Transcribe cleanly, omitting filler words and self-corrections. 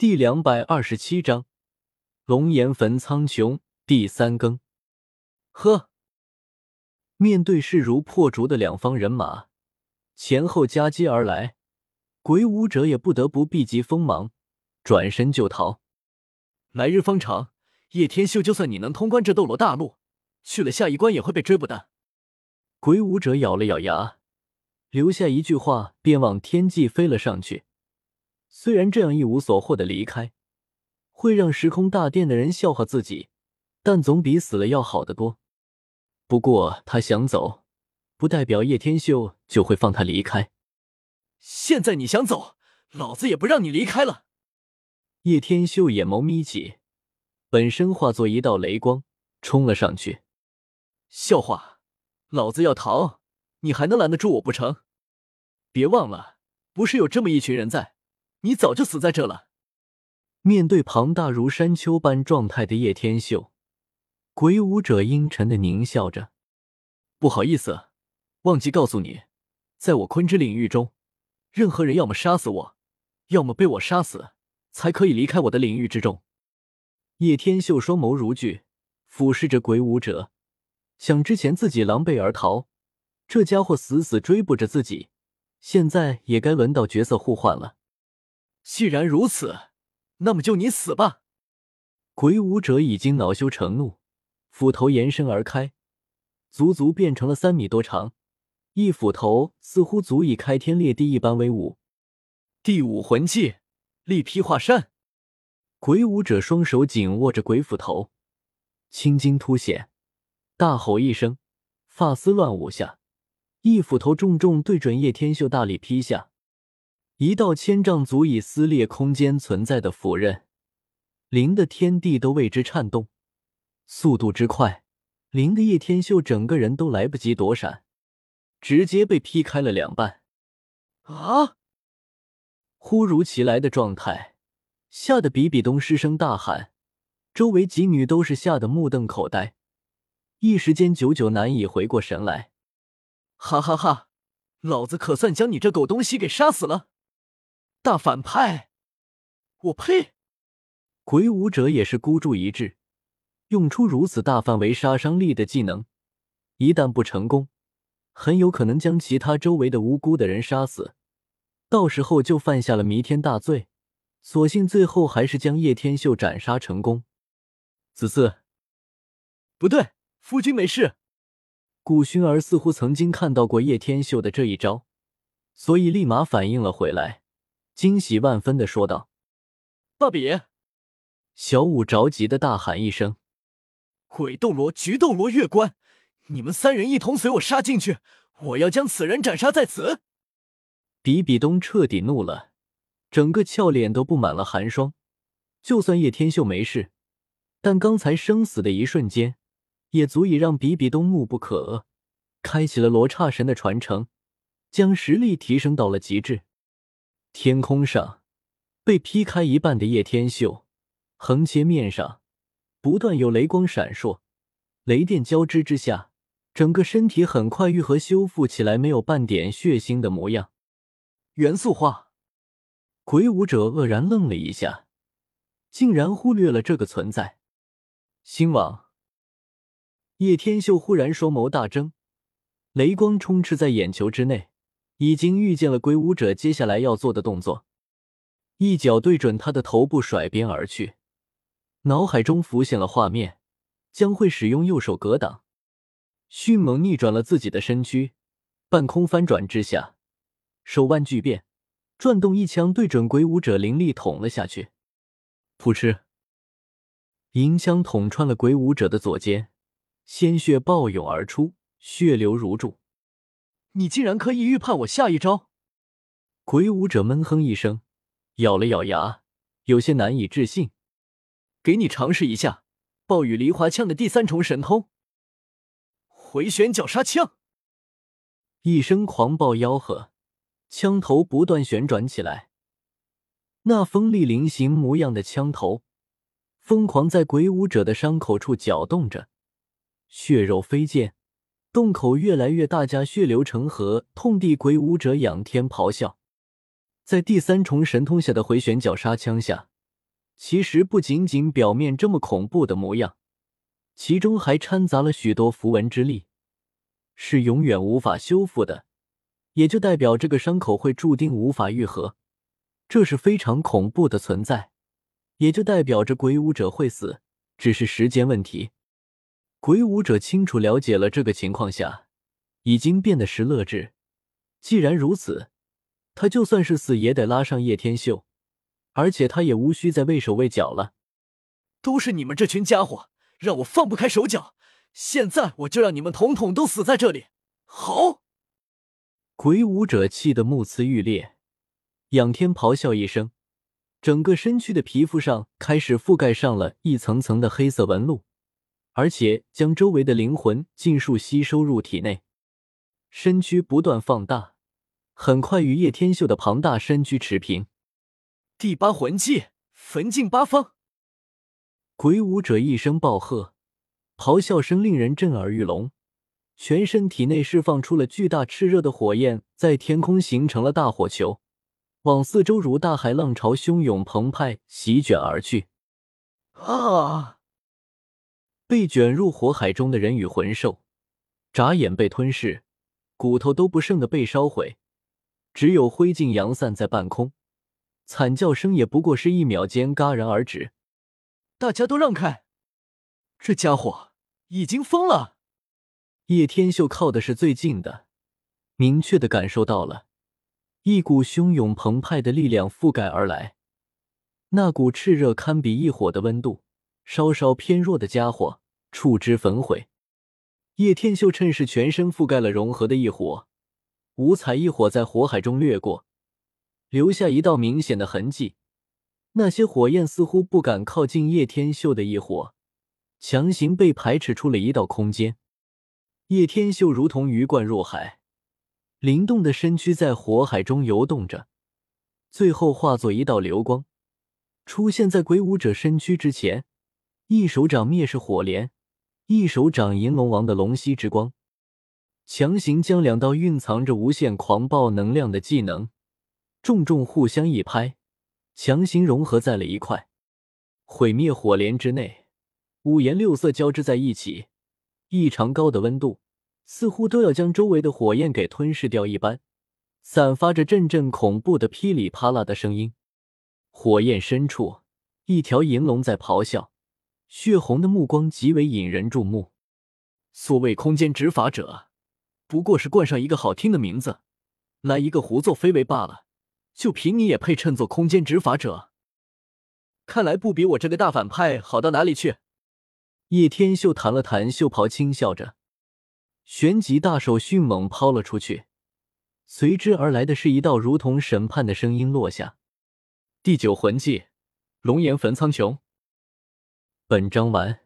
第227章龙岩坟苍穹第3更。呵，面对势如破竹的两方人马，前后夹击而来，鬼舞者也不得不避疾锋芒，转身就逃。 来日方长，叶天秀就算你能通关这斗罗大陆，去了下一关也会被追捕的。 鬼舞者咬了咬牙，留下一句话便往天际飞了上去。虽然这样一无所获的离开会让时空大殿的人笑话自己，但总比死了要好得多。不过他想走，不代表叶天秀就会放他离开。 现在你想走，老子也不让你离开了。 叶天秀眼眸眯起，本身化作一道雷光冲了上去。 笑话，老子要逃，你还能拦得住我不成？别忘了，不是有这么一群人在，你早就死在这了。 面对庞大如山丘般状态的叶天秀，鬼舞者阴沉地狞笑着。 不好意思，忘记告诉你，在我昆之领域中，任何人要么杀死我，要么被我杀死，才可以离开我的领域之中。 叶天秀双眸如炬，俯视着鬼舞者，想之前自己狼狈而逃，这家伙死死追捕着自己，现在也该轮到角色互换了。 既然如此，那么就你死吧！ 鬼舞者已经恼羞成怒，斧头延伸而开，足足变成了3米多长，一斧头似乎足以开天裂地一般威武。 第五魂技，力劈华山。 鬼舞者双手紧握着鬼斧头，青筋凸显，大吼一声，发丝乱舞下，一斧头重重对准叶天秀大力劈下。一道1000丈足以撕裂空间存在的斧刃，凌得天地都为之颤动，速度之快，凌得叶天秀整个人都来不及躲闪，直接被劈开了2半。 啊！ 忽如其来的状态吓得比比东失声大喊，周围几女都是吓得目瞪口呆，一时间久久难以回过神来。 哈哈哈，老子可算将你这狗东西给杀死了！大反派！我呸！ 鬼舞者也是孤注一掷，用出如此大范围杀伤力的技能，一旦不成功，很有可能将其他周围的无辜的人杀死，到时候就犯下了弥天大罪。所幸最后还是将叶天秀斩杀成功。子嗣， 不对，夫君没事。 古薰儿似乎曾经看到过叶天秀的这一招，所以立马反应了回来，惊喜万分地说道： 爸比！ 小舞着急地大喊一声： 鬼斗罗、菊斗罗、月关，你们3人一同随我杀进去，我要将此人斩杀在此！ 比比东彻底怒了，整个俏脸都布满了寒霜。就算叶天秀没事，但刚才生死的一瞬间也足以让比比东怒不可遏，开启了罗刹神的传承，将实力提升到了极致。天空上被劈开一半的叶天秀，横切面上不断有雷光闪烁，雷电交织之下，整个身体很快愈合修复起来，没有半点血腥的模样。 元素化！ 鬼舞者愕然愣了一下，竟然忽略了这个存在。星网！叶天秀忽然双眸大睁，雷光充斥在眼球之内，已经预见了鬼舞者接下来要做的动作，一脚对准他的头部甩鞭而去。脑海中浮现了画面，将会使用右手格挡，迅猛逆转了自己的身躯，半空翻转之下，手腕巨变，转动一枪对准鬼舞者凌厉捅了下去。噗嗤，银枪捅穿了鬼舞者的左肩，鲜血暴涌而出，血流如注。 你竟然可以预判我下一招！ 鬼舞者闷哼一声，咬了咬牙，有些难以置信。 给你尝试一下暴雨离华枪的第3重神通——回旋绞杀枪！ 一声狂暴吆喝，枪头不断旋转起来，那锋利菱形模样的枪头疯狂在鬼舞者的伤口处搅动着，血肉飞溅，洞口越来越大，加血流成河，痛地鬼舞者仰天咆哮。在第3重神通下的回旋绞杀枪下， 其实不仅仅表面这么恐怖的模样，其中还掺杂了许多符文之力，是永远无法修复的，也就代表这个伤口会注定无法愈合。这是非常恐怖的存在，也就代表着鬼武者会死，只是时间问题。鬼武者清楚了解了这个情况下，已经变得十乐至。既然如此，他就算是死也得拉上叶天秀，而且他也无需再畏手畏脚了。 都是你们这群家伙，让我放不开手脚，现在我就让你们统统都死在这里！好！ 鬼武者气得目眦欲裂，仰天咆哮一声，整个身躯的皮肤上开始覆盖上了一层层的黑色纹路，而且将周围的灵魂尽数吸收入体内。身躯不断放大，很快与叶天秀的庞大身躯持平。 第八魂技，焚尽八方！ 鬼武者一声暴喝，咆哮声令人震耳欲聋，全身体内释放出了巨大炽热的火焰，在天空形成了大火球，往四周如大海浪潮汹涌澎湃席卷而去。 啊！ 被卷入火海中的人与魂兽眨眼被吞噬，骨头都不剩的被烧毁，只有灰烬扬散在半空，惨叫声也不过是1秒间戛然而止。 大家都让开！这家伙已经疯了！ 叶天秀靠的是最近的，明确地感受到了一股汹涌澎湃的力量覆盖而来，那股炽热堪比异火的温度，稍稍偏弱的家伙触之焚毁。叶天秀趁势全身覆盖了融合的异火，五彩异火在火海中掠过，留下一道明显的痕迹。那些火焰似乎不敢靠近叶天秀的异火，强行被排斥出了一道空间。叶天秀如同鱼贯入海，灵动的身躯在火海中游动着，最后化作一道流光，出现在鬼武者身躯之前，一手掌灭世火莲，一手掌银龙王的龙息之光，强行将两道蕴藏着无限狂暴能量的技能重重互相一拍，强行融合在了一块。毁灭火莲之内，五颜六色交织在一起，异常高的温度似乎都要将周围的火焰给吞噬掉一般，散发着阵阵恐怖的噼里啪啦的声音。火焰深处，一条银龙在咆哮，血红的目光极为引人注目。 所谓空间执法者，不过是冠上一个好听的名字，来一个胡作非为罢了。就凭你也配称作空间执法者？看来不比我这个大反派好到哪里去。 叶天秀弹了弹袖袍，轻笑着，旋即大手迅猛抛了出去，随之而来的是一道如同审判的声音落下。 第9魂技，龙炎焚苍穹。 本章完。